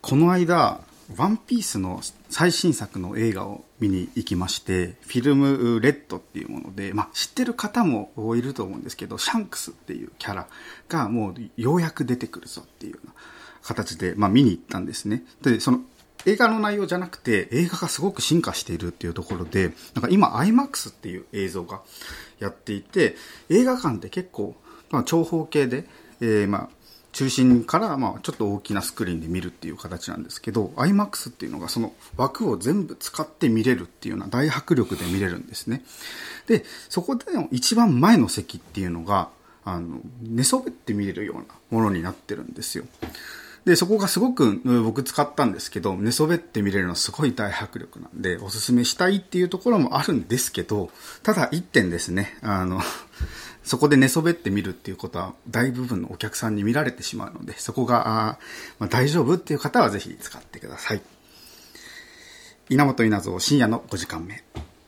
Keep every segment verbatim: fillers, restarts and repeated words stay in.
この間ワンピースの最新作の映画を見に行きまして、フィルムレッドっていうもので、まあ、知ってる方もいると思うんですけど、シャンクスっていうキャラがもうようやく出てくるぞっていうような形で、まあ、見に行ったんですね。でその映画の内容じゃなくて、映画がすごく進化しているっていうところで、なんか今 アイマックス っていう映像がやっていて、映画館って結構、まあ、長方形で、えー、まあ中心からまあちょっと大きなスクリーンで見るっていう形なんですけど、 アイマックス っていうのがその枠を全部使って見れるっていうような大迫力で見れるんですね。でそこでの一番前の席っていうのがあの寝そべって見れるようなものになってるんですよ。でそこがすごく僕使ったんですけど、寝そべって見れるのすごい大迫力なんでおすすめしたいっていうところもあるんですけど、ただ一点ですね、あのそこで寝そべって見るっていうことは大部分のお客さんに見られてしまうので、そこがあ、まあ、大丈夫っていう方はぜひ使ってください。稲本稲造深夜のごじかんめ。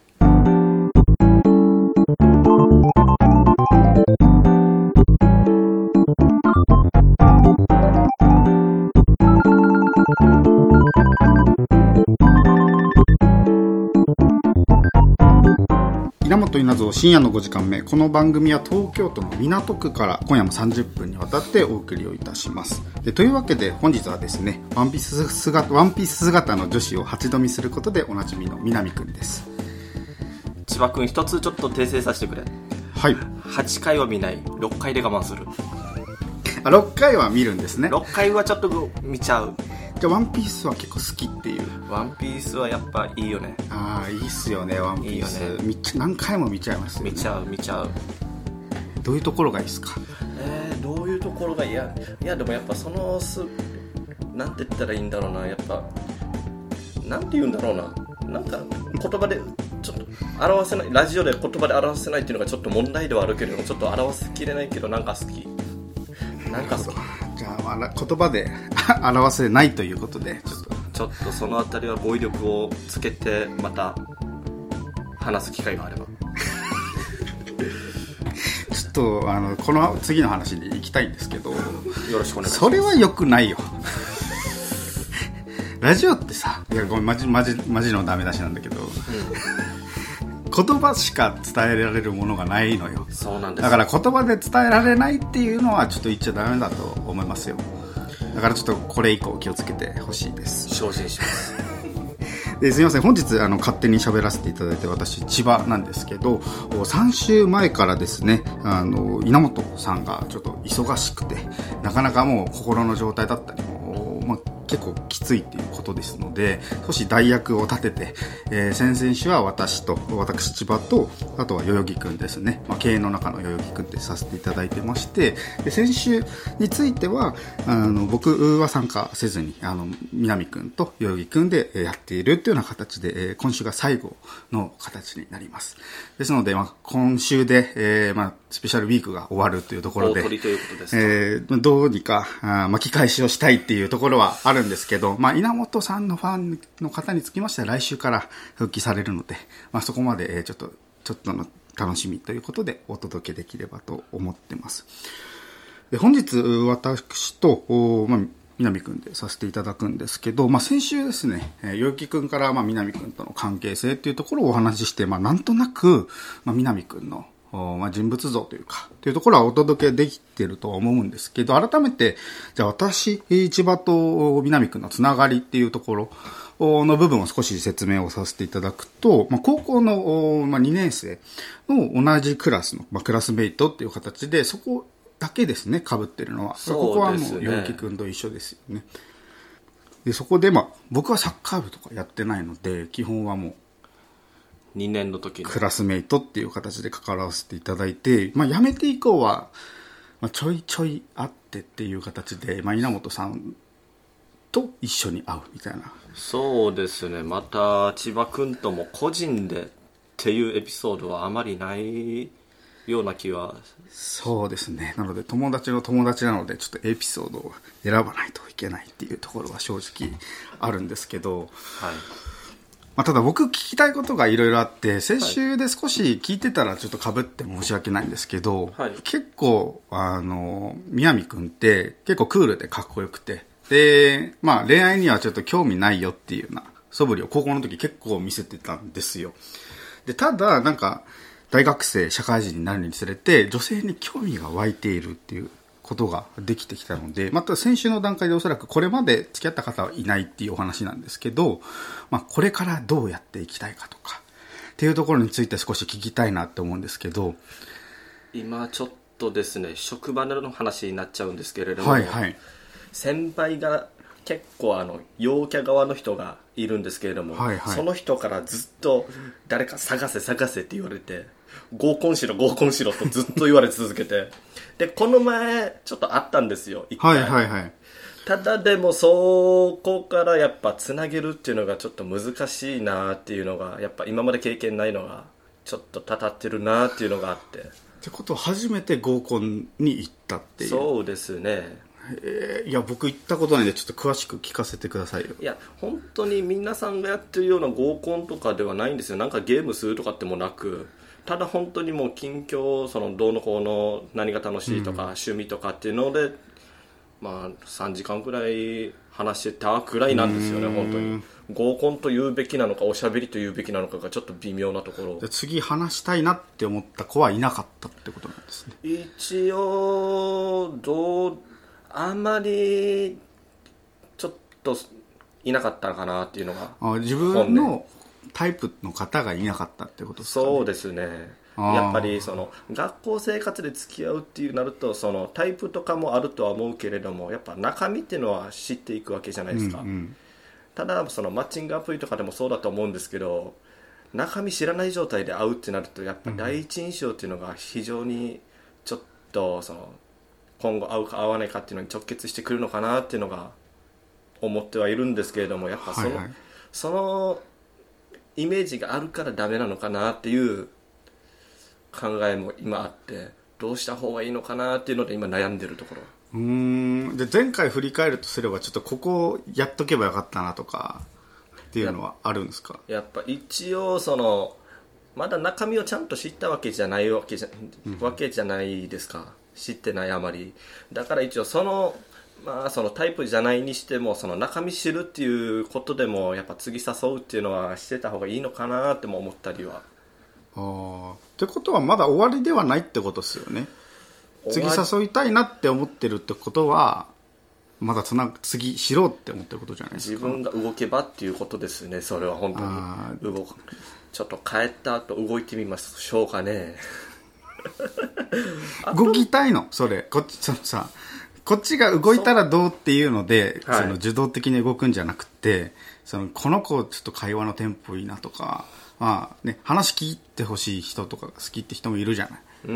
稲本稲造深夜のごじかんめ。この番組は東京都の港区から今夜もさんじゅっぷんにわたってお送りをいたします。でというわけで本日はですね、ワンピース姿、ワンピース姿の女子を八度見することでおなじみの南くんです。 千葉くん、一つちょっと訂正させてくれ。 はい。 はちかいは見ない、ろっかいで我慢する。 あ、ろっかいは見るんですね。 ろっかいはちょっと見ちゃう。 じゃあワンピースは結構好きっていう。 ワンピースはやっぱいいよね。 ああ、いいっすよね、ワンピース。いいよね。見ちゃ何回も見ちゃいますよね。 見ちゃう見ちゃう。 どういうところがいいですか？ えー、どういうところがいやいやでもやっぱそのすなんて言ったらいいんだろうな、やっぱなんて言うんだろうな、なんか言葉でちょっと表せない、ラジオで言葉で表せないっていうのがちょっと問題ではあるけれども、ちょっと表せきれないけどなんか好き。なんか好き。 じゃあ、まあ、言葉で表せないということで、ちょっとちょっとそのあたりは語彙力をつけてまた話す機会があればちょっとあのこの次の話に行きたいんですけど、よろしくお願いします。 それは良くないよラジオってさ、いやごめんマジマジマジのダメ出しなんだけど、うん、言葉しか伝えられるものがないのよ。 そうなんです。 だから言葉で伝えられないっていうのはちょっと言っちゃダメだと思いますよ。だからちょっとこれ以降気をつけてほしいです。 精進しますですみません、本日あの勝手に喋らせていただいて、私千葉なんですけど、さん週前からですね、あの稲本さんがちょっと忙しくて、なかなかもう心の状態だったりも、まあ、結構きついっていうことですので、少し代役を立てて、えー、先々週は私と私千葉と、あとは代々木くんですね、まあ、経営の中の代々木くんってさせていただいてまして、で先週についてはあの僕は参加せずに、あの南くんと代々木くんでやっているっていうような形で、えー、今週が最後の形になります。ですので、まあ、今週で、えーまあ、スペシャルウィークが終わるというところで、 大取りということですか。 えー、どうにかあ巻き返しをしたいっていうところはあるんですけど、まあ、稲本さんのファンの方につきましては来週から復帰されるので、まあ、そこまで、えー、ちょっとちょっとの楽しみということでお届けできればと思ってます。で本日私と、まあ、南くんでさせていただくんですけど、まあ、先週ですね、代々木くんから、まあ、南くんとの関係性っていうところをお話しして、まあ、なんとなく、まあ、南くんのまあ、人物像というかというところはお届けできていると思うんですけど、改めてじゃあ私千葉と南くんのつながりっていうところの部分を少し説明をさせていただくと、まあ、高校の、まあ、にねん生の同じクラスの、まあ、クラスメイトっていう形で、そこだけですね被ってるのは。 そうですね、 ここはもう代々木くんと一緒ですよね。でそこで、まあ、僕はサッカー部とかやってないので、基本はもうにねんの時にクラスメイトっていう形で関わらせていただいて、まあ、辞めて以降は、まあ、ちょいちょい会ってっていう形で、まあ、稲本さんと一緒に会うみたいな。 そうですね。また千葉くんとも個人でっていうエピソードはあまりないような気は。 そうですね。なので友達の友達なので、ちょっとエピソードを選ばないといけないっていうところは正直あるんですけど、 はい。 まあ、ただ僕聞きたいことがいろいろあって、先週で少し聞いてたらちょっと被って申し訳ないんですけど、はい、結構あの南くんって結構クールでかっこよくて、 で、まあ恋愛にはちょっと興味ないよっていうような素振りを高校の時結構見せてたんですよ。で、ただなんか大学生、社会人になるにつれて女性に興味が湧いているっていうことができてきたので、また先週の段階でおそらくこれまで付き合った方はいないっていうお話なんですけど、まあこれからどうやっていきたいかとかっていうところについて少し聞きたいなって思うんですけど、 今ちょっとですね、職場の話になっちゃうんですけれども、 はいはい、 先輩が結構あの陽キャ側の人がいるんですけれども、 はいはい、 その人からずっと誰か探せ探せって言われて、合コンしろ合コンしろとずっと言われ続けてでこの前ちょっとあったんですよ一回、 はいはいはい、 ただでもそこからやっぱつなげるっていうのがちょっと難しいなっていうのが、やっぱ今まで経験ないのがちょっとたたってるなっていうのがあって、 ってことは初めて合コンに行ったっていう。 そうですね。 えー、いや僕行ったことないんでちょっと詳しく聞かせてくださいよ。 いや本当に皆さんがやってるような合コンとかではないんですよ。なんかゲームするとかってもなく、ただ本当にもう近況、そのどうのこうの何が楽しいとか、うん、趣味とかっていうので、まあさんじかんくらい話してたくらいなんですよね。本当に合コンと言うべきなのかおしゃべりと言うべきなのかがちょっと微妙なところ。 で次話したいなって思った子はいなかったってことなんですね。 一応どうあんまりちょっといなかったかなっていうのが、 あ自分のタイプの方がいなかったってことですかね。 そうですね。やっぱりその学校生活で付き合うっていうなると、そのタイプとかもあるとは思うけれども、やっぱ中身っていうのは知っていくわけじゃないですか、うんうん、ただそのマッチングアプリとかでもそうだと思うんですけど、中身知らない状態で会うってなるとやっぱ第一印象っていうのが非常にちょっとその今後会うか会わないかっていうのに直結してくるのかなっていうのが思ってはいるんですけれども、やっぱその、はいはい、そのイメージがあるからダメなのかなっていう考えも今あって、どうした方がいいのかなっていうので今悩んでるところ。 うーんで前回振り返るとすればちょっとここやっとけばよかったなとかっていうのはあるんですか。 やっぱ一応そのまだ中身をちゃんと知ったわけじゃないわけじゃ、うん、わけじゃないですか。知ってないあまりだから一応そのまあそのタイプじゃないにしても、その中身知るっていうことでもやっぱ次誘うっていうのはしてた方がいいのかなっても思ったりは。 あってことはまだ終わりではないってことですよね。次誘いたいなって思ってるってことはまだつな次知ろうって思ってることじゃないですか。 自分が動けばっていうことですね。それは本当に動く。ちょっと帰った後動いてみましょうかね。 動きたいのそれこっちそのさこっちが動いたらどうっていうので そ, その受動的に動くんじゃなくて、そのこの子ちょっと会話のテンポいいなとか、まあね、話聞いてほしい人とかが好きって人もいるじゃない、うん、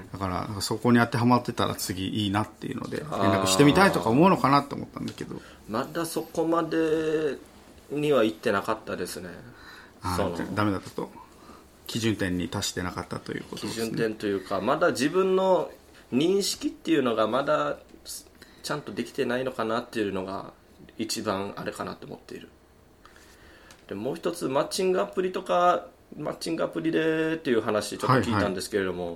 だからそこに当てはまってたら次いいなっていうので連絡してみたいとか思うのかなと思ったんだけど、 まだそこまでには行ってなかったですね。 あそのダメだったと基準点に達してなかったということですね。 基準点というかまだ自分の認識っていうのがまだちゃんとできてないのかなっていうのが一番あれかなと思っている。でもう一つマッチングアプリとかマッチングアプリでっていう話ちょっと聞いたんですけれども、はいはい、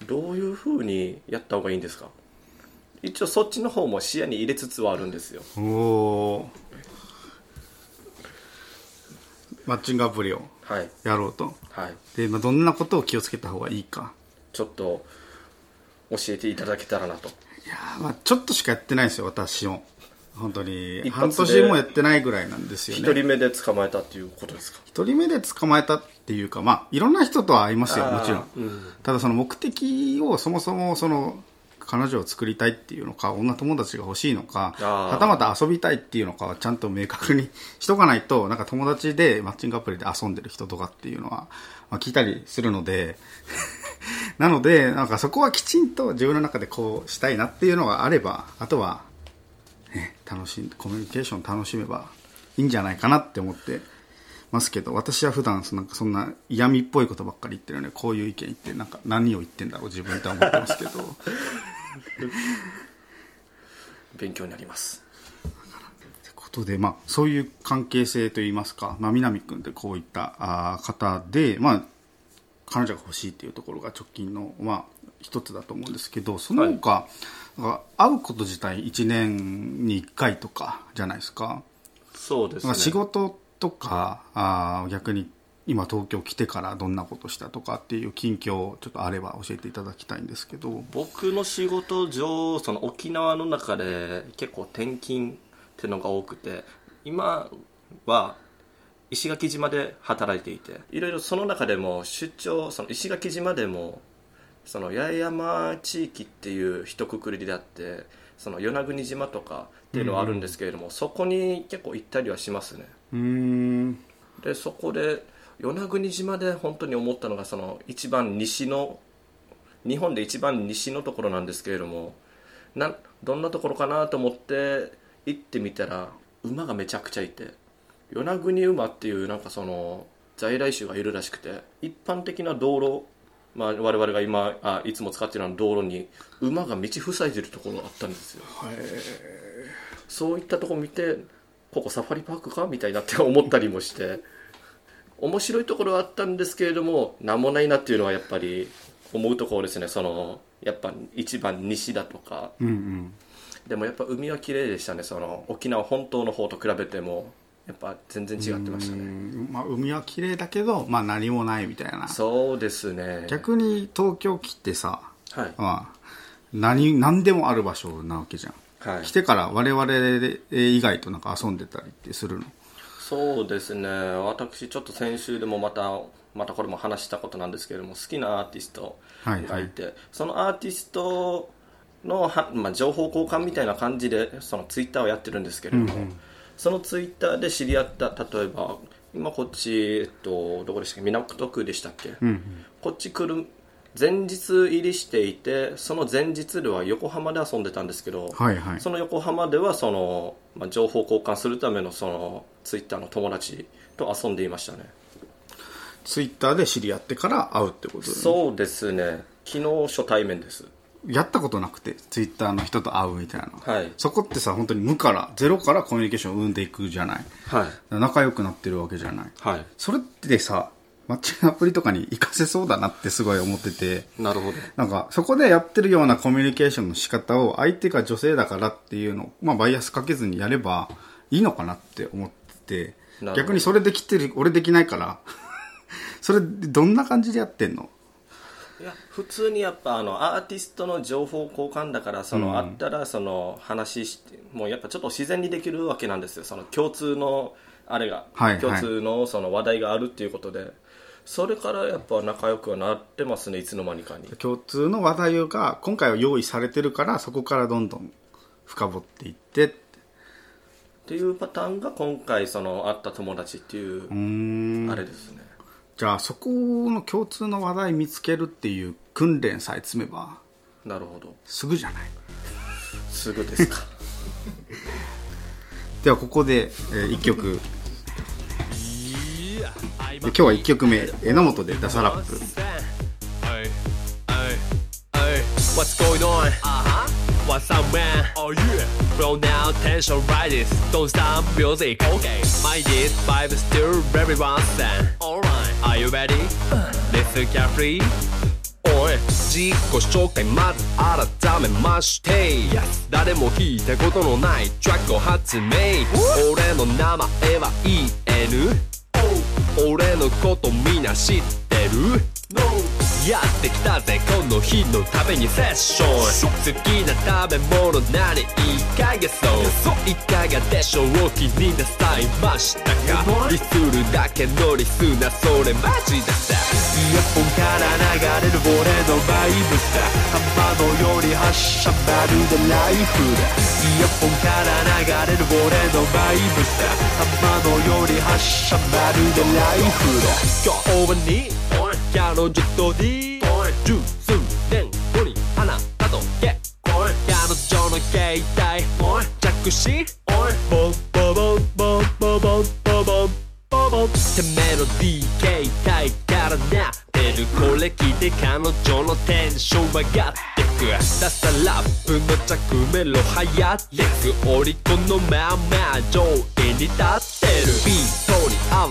どういう風にやった方がいいんですか。一応そっちの方も視野に入れつつはあるんですよ。 おマッチングアプリをやろうと、はいはい、でまあ、どんなことを気をつけた方がいいかちょっと教えていただけたらなと。 いや、まあ、ちょっとしかやってないですよ私も。本当に半年もやってないぐらいなんですよね。 一人目で捕まえたっていうことですか。 一人目で捕まえたっていうか、まあいろんな人とは会いますよもちろん、うん、ただその目的をそもそもその彼女を作りたいっていうのか、女友達が欲しいのか、はたまた遊びたいっていうのかはちゃんと明確にしとかないと、なんか友達でマッチングアプリで遊んでる人とかっていうのは、まあ、聞いたりするのでなのでなんかそこはきちんと自分の中でこうしたいなっていうのがあれば、あとは、ね、楽しんコミュニケーション楽しめばいいんじゃないかなって思ってますけど、私は普段なんかそんな嫌味っぽいことばっかり言ってるので、こういう意見言ってなんか何を言ってんだろう自分って思ってますけど勉強になります。 ということで、まあ、そういう関係性といいますか、まあ、南君ってこういったあ方で、まあ、彼女が欲しいっていうところが直近の、まあ、 一つだと思うんですけど、その他、はい、会うこと自体いちねんにいっかいとかじゃないですか。 そうですね。 仕事とかあ逆に今東京来てからどんなことしたとかっていう近況ちょっとあれば教えていただきたいんですけど。 僕の仕事上その沖縄の中で結構転勤っていうのが多くて、今は石垣島で働いていて、いろいろその中でも出張、その石垣島でもその八重山地域っていう一括りであって、その与那国島とかっていうのはあるんですけれども、うん、そこに結構行ったりはしますね。 うーんでそこで与那国島で本当に思ったのが、その一番西の、日本で一番西のところなんですけれども、などんなところかなと思って行ってみたら馬がめちゃくちゃいて、与那国馬っていうなんかその在来種がいるらしくて、一般的な道路、まあ、我々が今あいつも使っているような道路に馬が道塞いでるところがあったんですよ。そういったところ見て、ここサファリパークかみたいなって思ったりもして面白いところはあったんですけれども、なんもないなっていうのはやっぱり思うところですね。そのやっぱ一番西だとか、 うんうん、 でもやっぱ海は綺麗でしたね。その沖縄本島の方と比べてもやっぱ全然違ってましたね。 うん、まあ、海は綺麗だけど、まあ、何もないみたいな。 そうですね。 逆に東京来てさ、 はい、 まあ、何, 何でもある場所なわけじゃん。はい、来てから我々以外となんか遊んでたりってするの？ そうですね。私ちょっと先週でもまたまたこれも話したことなんですけれども、好きなアーティストがいて、はいはい、そのアーティストの、まあ、情報交換みたいな感じでそのツイッターをやってるんですけれども、うんうん、そのツイッターで知り合った、例えば今こっち、えっと、どこでしたっけ、港区でしたっけ、うんうん、こっち来る前日入りしていて、その前日では横浜で遊んでたんですけど、はいはい、その横浜ではその、まあ、情報交換するためのそのツイッターの友達と遊んでいましたね。 ツイッターで知り合ってから会うってことですね？ そうですね。昨日初対面です。 やったことなくてツイッターの人と会うみたいな、 はい、 そこってさ本当に無からゼロからコミュニケーションを生んでいくじゃない、 はい、 仲良くなってるわけじゃない、 はい、 それってさマッチングアプリとかに活かせそうだなってすごい思ってて。 なるほど。 なんかそこでやってるようなコミュニケーションの仕方を相手が女性だからっていうのを、まあ、バイアスかけずにやればいいのかなって思ってて、逆にそれできてる俺できないからそれどんな感じでやってんの？ いや普通にやっぱあのアーティストの情報交換だから、その、うん、あったらその話してもうやっぱちょっと自然にできるわけなんですよ。その共通のあれが、はいはい、共通のその話題があるっていうことで、それからやっぱ仲良くはなってますね。いつの間にかに共通の話題が今回は用意されてるから、そこからどんどん深掘っていってっていうパターンが今回その会った友達っていううーんあれですね。 じゃあそこの共通の話題見つけるっていう訓練さえ積めば、 なるほど、 すぐじゃない？ すぐですかではここで、えー、いっきょくで今日はいっきょくめ、榎本でダサラップ。 What's going on? Uh-huh. What's up, man? Oh yeah. Flow now, tension rises. Don't stop music. Okay. My beat vibe still very awesome. Alright. Are you ready? Uh. Listen carefully. おい、自己紹介まず改めまして、yes. 誰も聞いたことのないトラックを発明。俺の名前は イーエヌ。俺のことみんな知ってる？ No. やってきたぜこの日のためにセッション。好きな食べ物何いかげそういかがでしょう気になさいましたか？リスるだけのリスなそれマジださ。イヤホンから流れる俺のバイブさ、浜のように発射まるでライフだ。イヤホンから流れる俺のバイブさ、浜のように発射まるでライフだ。今日はに彼女と D 十数年後にあなたと結婚。彼女の携帯着信ボンボボンボンボボンボボンボボンってメロディー携帯からなってる。これ聞いて彼女のテンション上がってく。ダサラップの着メロ流行ってく。オリコンのまあまあ上位に立ってる。ビートに合わせて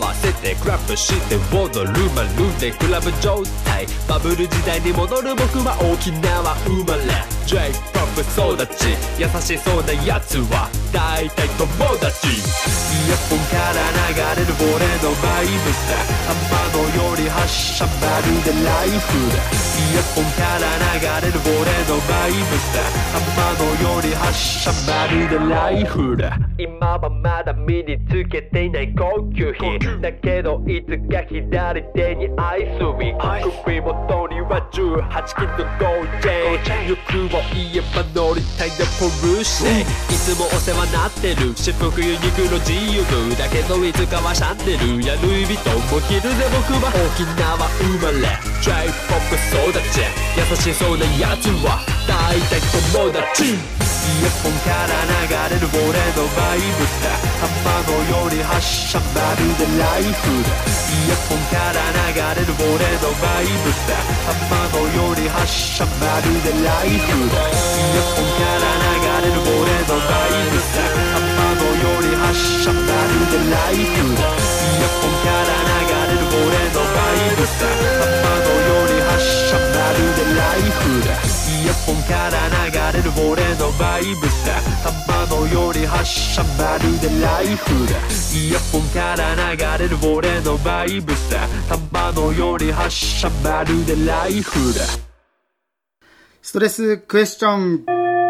でクラップして踊るまるでクラブ状態バブル時代に戻る僕は沖縄生まれ J-ポップ 育ち優しそうなやつは大体友達イヤホンから流れる俺のマイブス天のより発射まるでライフだイヤホンから流れる俺のマイブス天のより発射まるでライフだ今はまだ身につけていない高級品だけどいつか左手にアイスウィン首元にはじゅうはちキロゴージェ欲を言えば乗りたいなポルシェいつもお世話なってる私服ユニクロ ジーユーブだけどいつかはシャンデルやルイ・ヴィトンも着るぜ僕は沖縄生まれ J-ポップ 育ち優しそうなやつは大体友達イヤホンから流れる俺のバイブスだ天のより発射まるでライフだイヤホンから流れる俺のバイブスだ天のより発射まるでライフだイヤホンから流れる俺のバイブスだ天のより発射まるでライフだイヤホンから流れる俺のバイブスだ天のより発射まるでライフだイヤホンから流れる俺のバイブスだ天のより発射まるでライフだイヤホンから流れる俺のバイブスだ天のより発射まるでライフだストレスクエスチョン。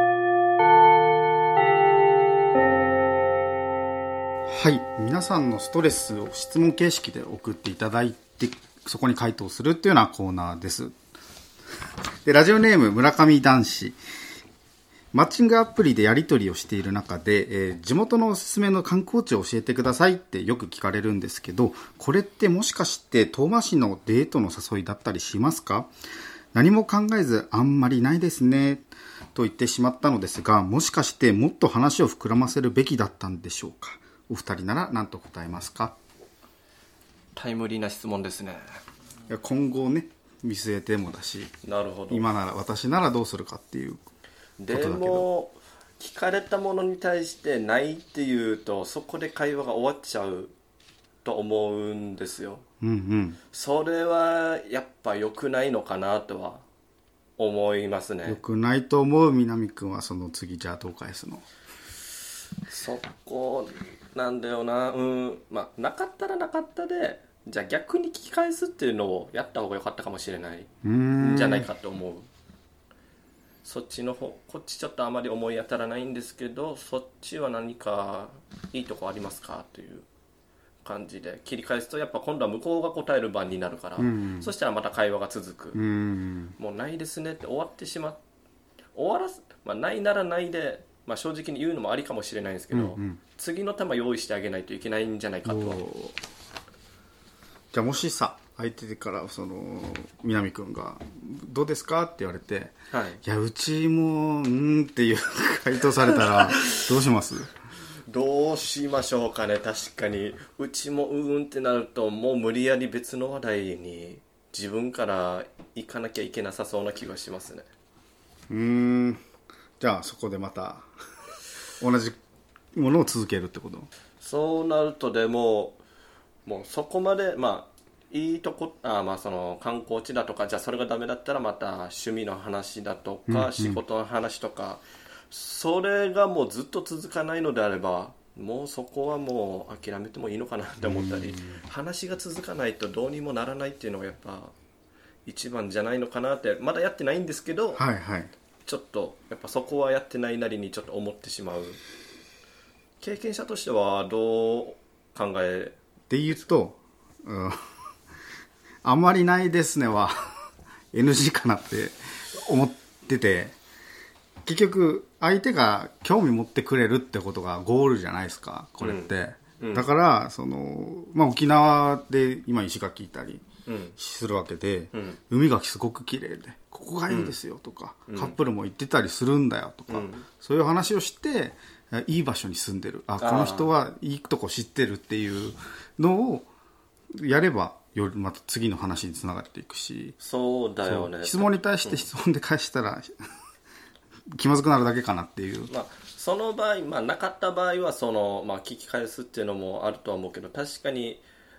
はい、皆さんのストレスを質問形式で送っていただいてそこに回答するっていうようなコーナーです。でラジオネーム村上男子。マッチングアプリでやり取りをしている中で、えー、地元のおすすめの観光地を教えてくださいってよく聞かれるんですけど、これってもしかして遠回しのデートの誘いだったりしますか？何も考えずあんまりないですねと言ってしまったのですが、もしかしてもっと話を膨らませるべきだったんでしょうか？お二人なら何と答えますか？ タイムリーな質問ですね。 いや今後ね見据えてもだし、 なるほど。 今なら私ならどうするかっていうことだけど、 でも聞かれたものに対してないっていうとそこで会話が終わっちゃうと思うんですよ。 うんうん、 それはやっぱ良くないのかなとは思いますね。 良くないと思う南くんはその次じゃあどう返すの？ そこなんだよな。うんまあなかったらなかったで、じゃあ逆に聞き返すっていうのをやった方が良かったかもしれないんじゃないかと思う。そっちの方、こっちちょっとあまり思い当たらないんですけど、そっちは何かいいとこありますかという感じで切り返すと、やっぱ今度は向こうが答える番になるから、うん、そしたらまた会話が続く、うん、もうないですねって終わってしまっ終わらす、まあ、ないならないで、まあ、正直に言うのもありかもしれないんですけど、うんうん、次の球用意してあげないといけないんじゃないかとは。 じゃあもしさ相手からその南くんがどうですかって言われて、はい、いやうちもうんっていう回答されたらどうします？ どうしましょうかね。確かにうちもうんってなるともう無理やり別の話題に自分から行かなきゃいけなさそうな気がしますね。 うーんじゃあそこでまた同じものを続けるってこと？ そうなるとでももうそこまでまあいいとこあまあその観光地だとか、じゃあそれがダメだったらまた趣味の話だとか、うんうん、仕事の話とか、それがもうずっと続かないのであればもうそこはもう諦めてもいいのかなって思ったり、話が続かないとどうにもならないっていうのがやっぱ一番じゃないのかなって。まだやってないんですけど、 はいはい、ちょっとやっぱそこはやってないなりにちょっと思ってしまう。経験者としてはどう考えで言うと、うんあんまりないですねはエヌジー かなって思ってて、結局相手が興味持ってくれるってことがゴールじゃないですかこれって、うんうん、だからその、まあ、沖縄で今石垣いたりするわけで、うん、海がすごく綺麗でここがいいですよとか、うん、カップルも行ってたりするんだよとか、うん、そういう話をしていい場所に住んでる、あこの人はいいとこ知ってるっていうのをやればよりまた次の話につながっていくし。 そうだよね。 質問に対して質問で返したら、うん、気まずくなるだけかなっていう、 まあ、その場合、まあ、なかった場合はその、まあ、聞き返すっていうのもあるとは思うけど、確かに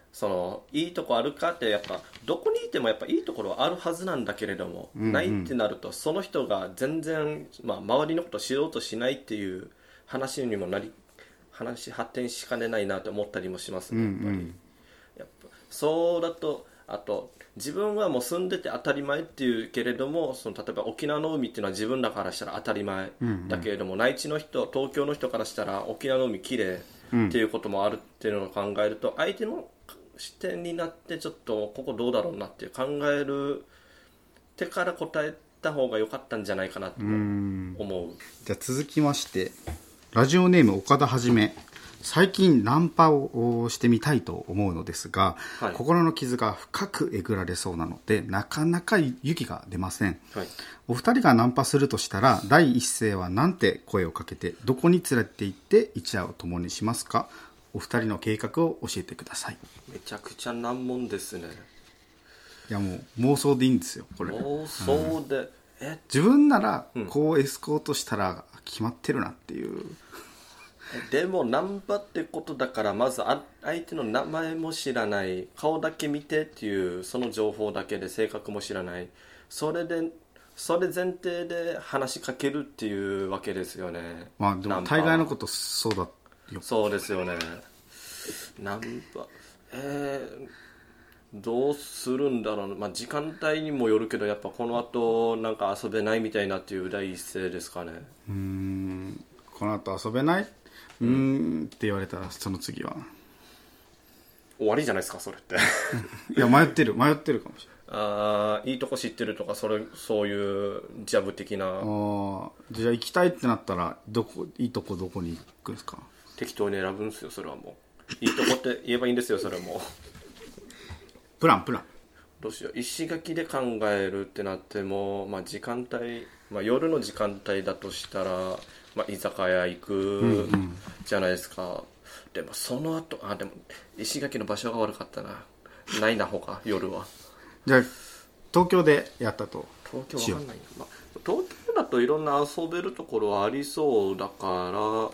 そのいいとこあるかってやっぱどこにいてもやっぱいいところはあるはずなんだけれども、うんうん、ないってなるとその人が全然、まあ、周りのことを知ろうとしないっていう話にもなり話発展しかねないなと思ったりもしますね、やっぱり、うんうん、やっぱそうだとあと自分はもう住んでて当たり前っていうけれどもその例えば沖縄の海っていうのは自分らからしたら当たり前だけれども、うんうん、内地の人東京の人からしたら沖縄の海きれいっていうこともあるっていうのを考えると、相手の視点になってちょっとここどうだろうなって考える手から答えた方が良かったんじゃないかなと思う。 じゃあ続きましてラジオネーム岡田はじめ、最近ナンパをしてみたいと思うのですが、はい、心の傷が深くえぐられそうなのでなかなか勇気が出ません、はい、お二人がナンパするとしたら第一声は何て声をかけてどこに連れて行って一夜を共にしますか？お二人の計画を教えてください。 めちゃくちゃ難問ですね。 いやもう妄想でいいんですよこれ。 妄想で、うん、 え自分ならこうエスコートしたら決まってるなっていう、うんでもナンパってことだからまず相手の名前も知らない顔だけ見てっていうその情報だけで性格も知らないそれでそれ前提で話しかけるっていうわけですよね。 まあでも大概のことそうだよ。 そうですよね。ナンパえー、どうするんだろう、まあ、時間帯にもよるけどやっぱこの後なんか遊べないみたいなっていう第一声ですかね。 うーんこの後遊べないうーんって言われたらその次は終わりじゃないですかそれっていや迷ってる迷ってるかもしれない。 あいいとこ知ってるとかそれそういうジャブ的な。 あじゃあ行きたいってなったらどこいいとこどこに行くんですか？ 適当に選ぶんですよそれはもういいとこって言えばいいんですよそれもプランプランどうしよう石垣で考えるってなっても、まあ、時間帯、まあ、夜の時間帯だとしたらまあ、居酒屋行くじゃないですか、うんうん、でもその後あでも石垣の場所が悪かったなないなほか夜は。 じゃあ東京でやったと。 東京わかんない、まあ、東京だといろんな遊べるところはありそうだから、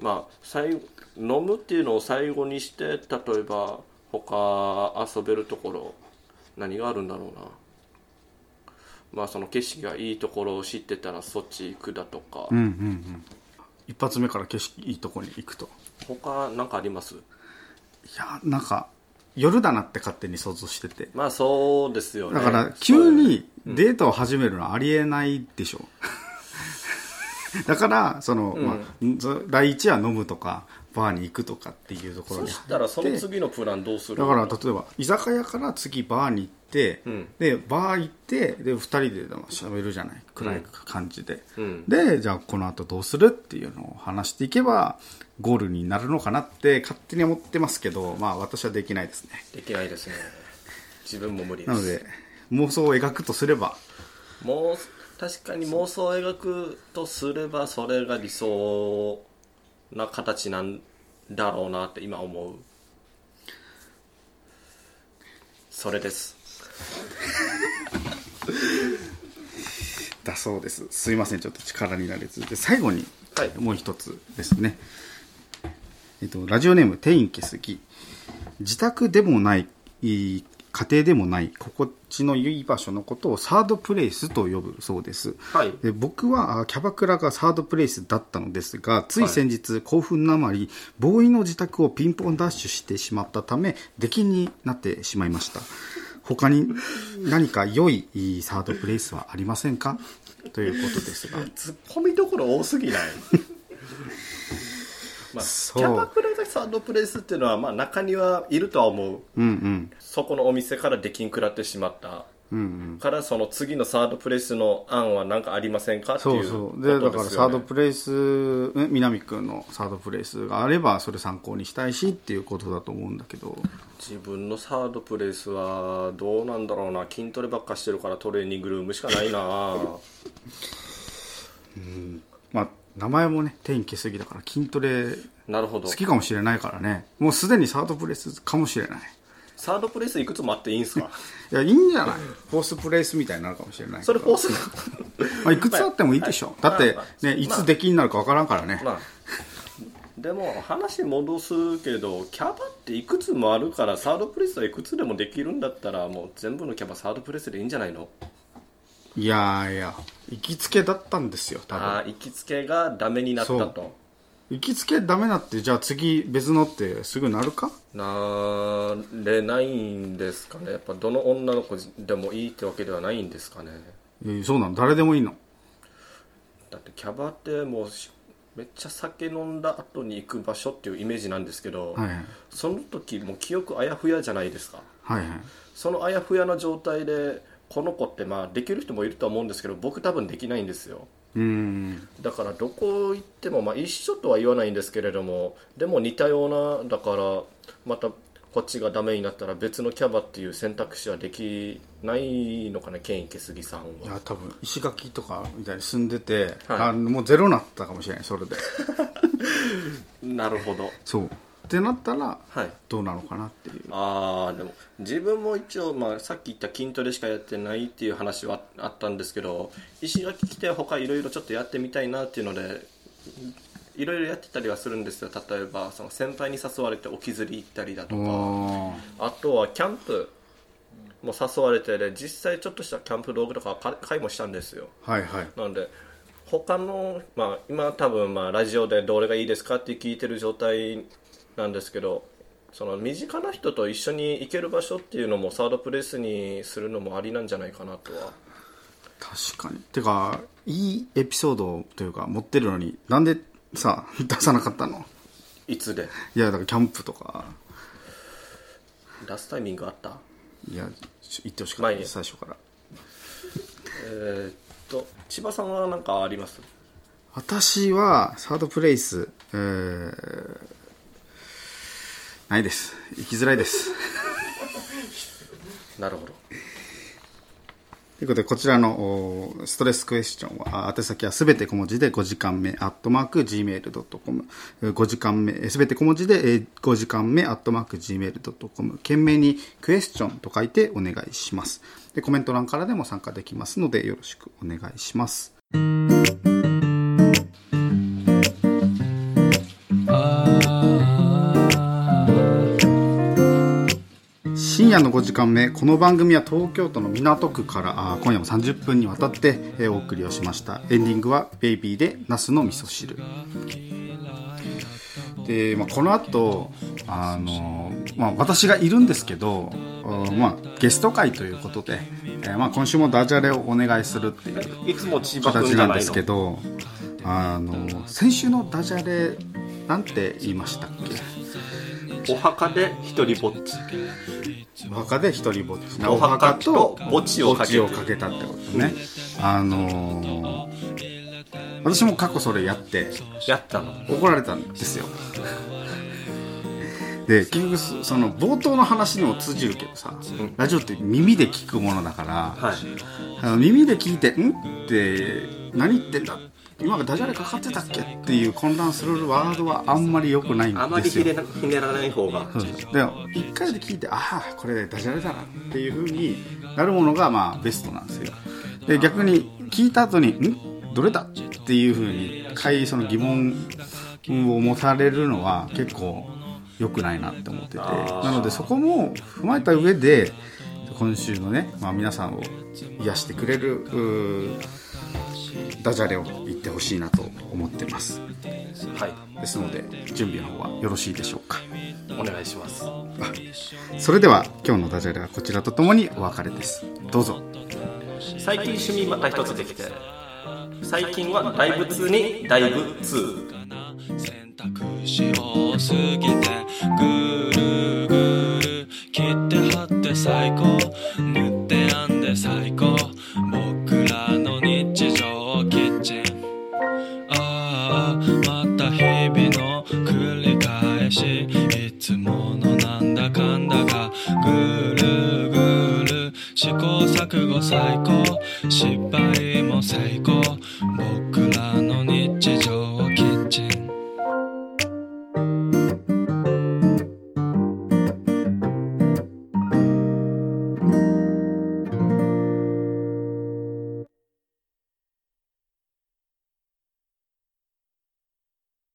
まあ、最後飲むっていうのを最後にして例えば他遊べるところ何があるんだろうな。まあ、その景色がいいところを知ってたらそっち行くだとか、 うんうんうん、一発目から景色いいところに行くと。 他何かあります？いやなんか夜だなって勝手に想像してて。 まあそうですよね。 だから急にデートを始めるのはありえないでしょ、うん、だからその、うんまあ、第一は飲むとかバーに行くとかっていうところにそしたらその次のプランどうする？ だから例えば居酒屋から次バーに行って、うん、でバー行ってでふたりで喋るじゃない暗い感じで、うん、でじゃあこの後どうするっていうのを話していけばゴールになるのかなって勝手に思ってますけど、まあ私はできないですね。 できないですね。自分も無理です。 なので妄想を描くとすればもう確かに妄想を描くとすればそれが理想な形なんだろうなって今思う。それですだそうです。すいませんちょっと力になれずで最後にもう一つですね、はい、えっと、ラジオネーム天気すぎ。自宅でもない家庭でもない心地のいい場所のことをサードプレイスと呼ぶそうです、はい、で僕はキャバクラがサードプレイスだったのですがつい先日、はい、興奮のあまりボーイの自宅をピンポンダッシュしてしまったため出禁になってしまいました。他に何か良いサードプレイスはありませんかということですがツッコミどころ多すぎないまあ、キャバクラでサードプレイスっていうのは、まあ、中にはいるとは思う、うんうん、そこのお店から出禁食らってしまった、うんうん、からその次のサードプレイスの案は何かありませんかっていうことですよね。そうそうでだからサードプレイス南くんのサードプレイスがあればそれ参考にしたいしっていうことだと思うんだけど自分のサードプレイスはどうなんだろうな。筋トレばっかしてるからトレーニングルームしかないなうんまあ名前もね天気すぎだから筋トレ好きかもしれないからね。もうすでにサードプレイスかもしれない。 サードプレイスいくつもあっていいんすかいやいいんじゃない。フォースプレイスみたいになるかもしれないけどそれフォースまあいくつあってもいいでしょ、はい、だって、ね、いつ出禁になるかわからんからね、まあ、 でも話戻すけどキャバっていくつもあるからサードプレスはいくつでもできるんだったらもう全部のキャバサードプレスでいいんじゃないの？ いやいや行きつけだったんですよ多分。 ああ行きつけがダメになったと。 行きつけダメなってじゃあ次別のってすぐなるかなれないんですかね。やっぱどの女の子でもいいってわけではないんですかね。 えそうなの？誰でもいいの？ だってキャバってもうめっちゃ酒飲んだ後に行く場所っていうイメージなんですけど、 はいはい、 その時もう記憶あやふやじゃないですか。 はいはい、 そのあやふやな状態でこの子ってまあできる人もいると思うんですけど僕多分できないんですよ。 うーんだからどこ行ってもまあ一緒とは言わないんですけれどもでも似たようなだからまたこっちがダメになったら別のキャバっていう選択肢はできないのかな。ケン池杉さんは。 いや多分石垣とかみたいに住んでて、 はい、 あもうゼロになったかもしれないそれでなるほど。 そうってなったら、 はい、 どうなのかなっていう。 ああでも自分も一応、まあ、さっき言った筋トレしかやってないっていう話はあったんですけど石垣来て他いろいろちょっとやってみたいなっていうのでいろいろやってたりはするんですよ。例えばその先輩に誘われて沖釣り行ったりだとかあとはキャンプも誘われてで実際ちょっとしたキャンプ道具とか買いもしたんですよ。 はいはい。 なので他の、まあ、今多分まあラジオでどれがいいですかって聞いてる状態なんですけどその身近な人と一緒に行ける場所っていうのもサードプレイスにするのもありなんじゃないかなとは。 確かに。てかいいエピソードというか持ってるのになんでさ出さなかったの？ いつで？ いやだからキャンプとか出すタイミングあった？ いや言ってほしかった最初から。 えー、っと千葉さんは何かあります？ 私はサードプレイス、えー、ないです。行きづらいですなるほど。 ということでこちらのストレスクエスチョンは宛先はすべて小文字でごじかんめアットマーク ジーメールドットコム ごじかんめすべて小文字でごじかんめアットマーク ジーメールドットコム 懸命にクエスチョンと書いてお願いします。でコメント欄からでも参加できますのでよろしくお願いします。深夜のごじかんめ、この番組は東京都の港区から今夜もさんじゅっぷんにわたってお送りをしました。エンディングはベイビーでナスの味噌汁で、まあ、この後あの、まあ、私がいるんですけど、まあ、ゲスト会ということで、えーまあ、今週もダジャレをお願いするっていういつも千葉君形じゃないの？ なんですけど、あの先週のダジャレなんて言いましたっけ？ お墓で一人ぼっち。 お墓で一人ぼっち。 お墓と墓地をかけをかけたってことですね。あのー、私も過去それやってやったの怒られたんですよ。で結局その冒頭の話にも通じるけどさ、うん、ラジオって耳で聞くものだから、はい、あの耳で聞いてんって何言ってんだ今がダジャレかかってたっけっていう混乱するワードはあんまり良くないんですよ。 あまりひねら、ひねらない方が。 でも一回で聞いてああこれダジャレだなっていう風になるものがまあベストなんですよ。で逆に聞いた後にんどれだっていう風に回その疑問を持たれるのは結構良くないなって思ってて、なのでそこも踏まえた上で今週のね、まあ、皆さんを癒してくれるダジャレを言ってほしいなと思ってます。はい。ですので準備の方はよろしいでしょうか。 お願いします。 それでは今日のダジャレはこちらとともにお別れです。どうぞ。 最近趣味また一つできて、最近は大仏に大仏。選択肢多すぎてぐるぐる切って貼って最高塗って編んで最高僕らの日常キッチンああまた日々の繰り返しいつものなんだかんだがぐるぐる試行錯誤最高失敗も成功僕らの日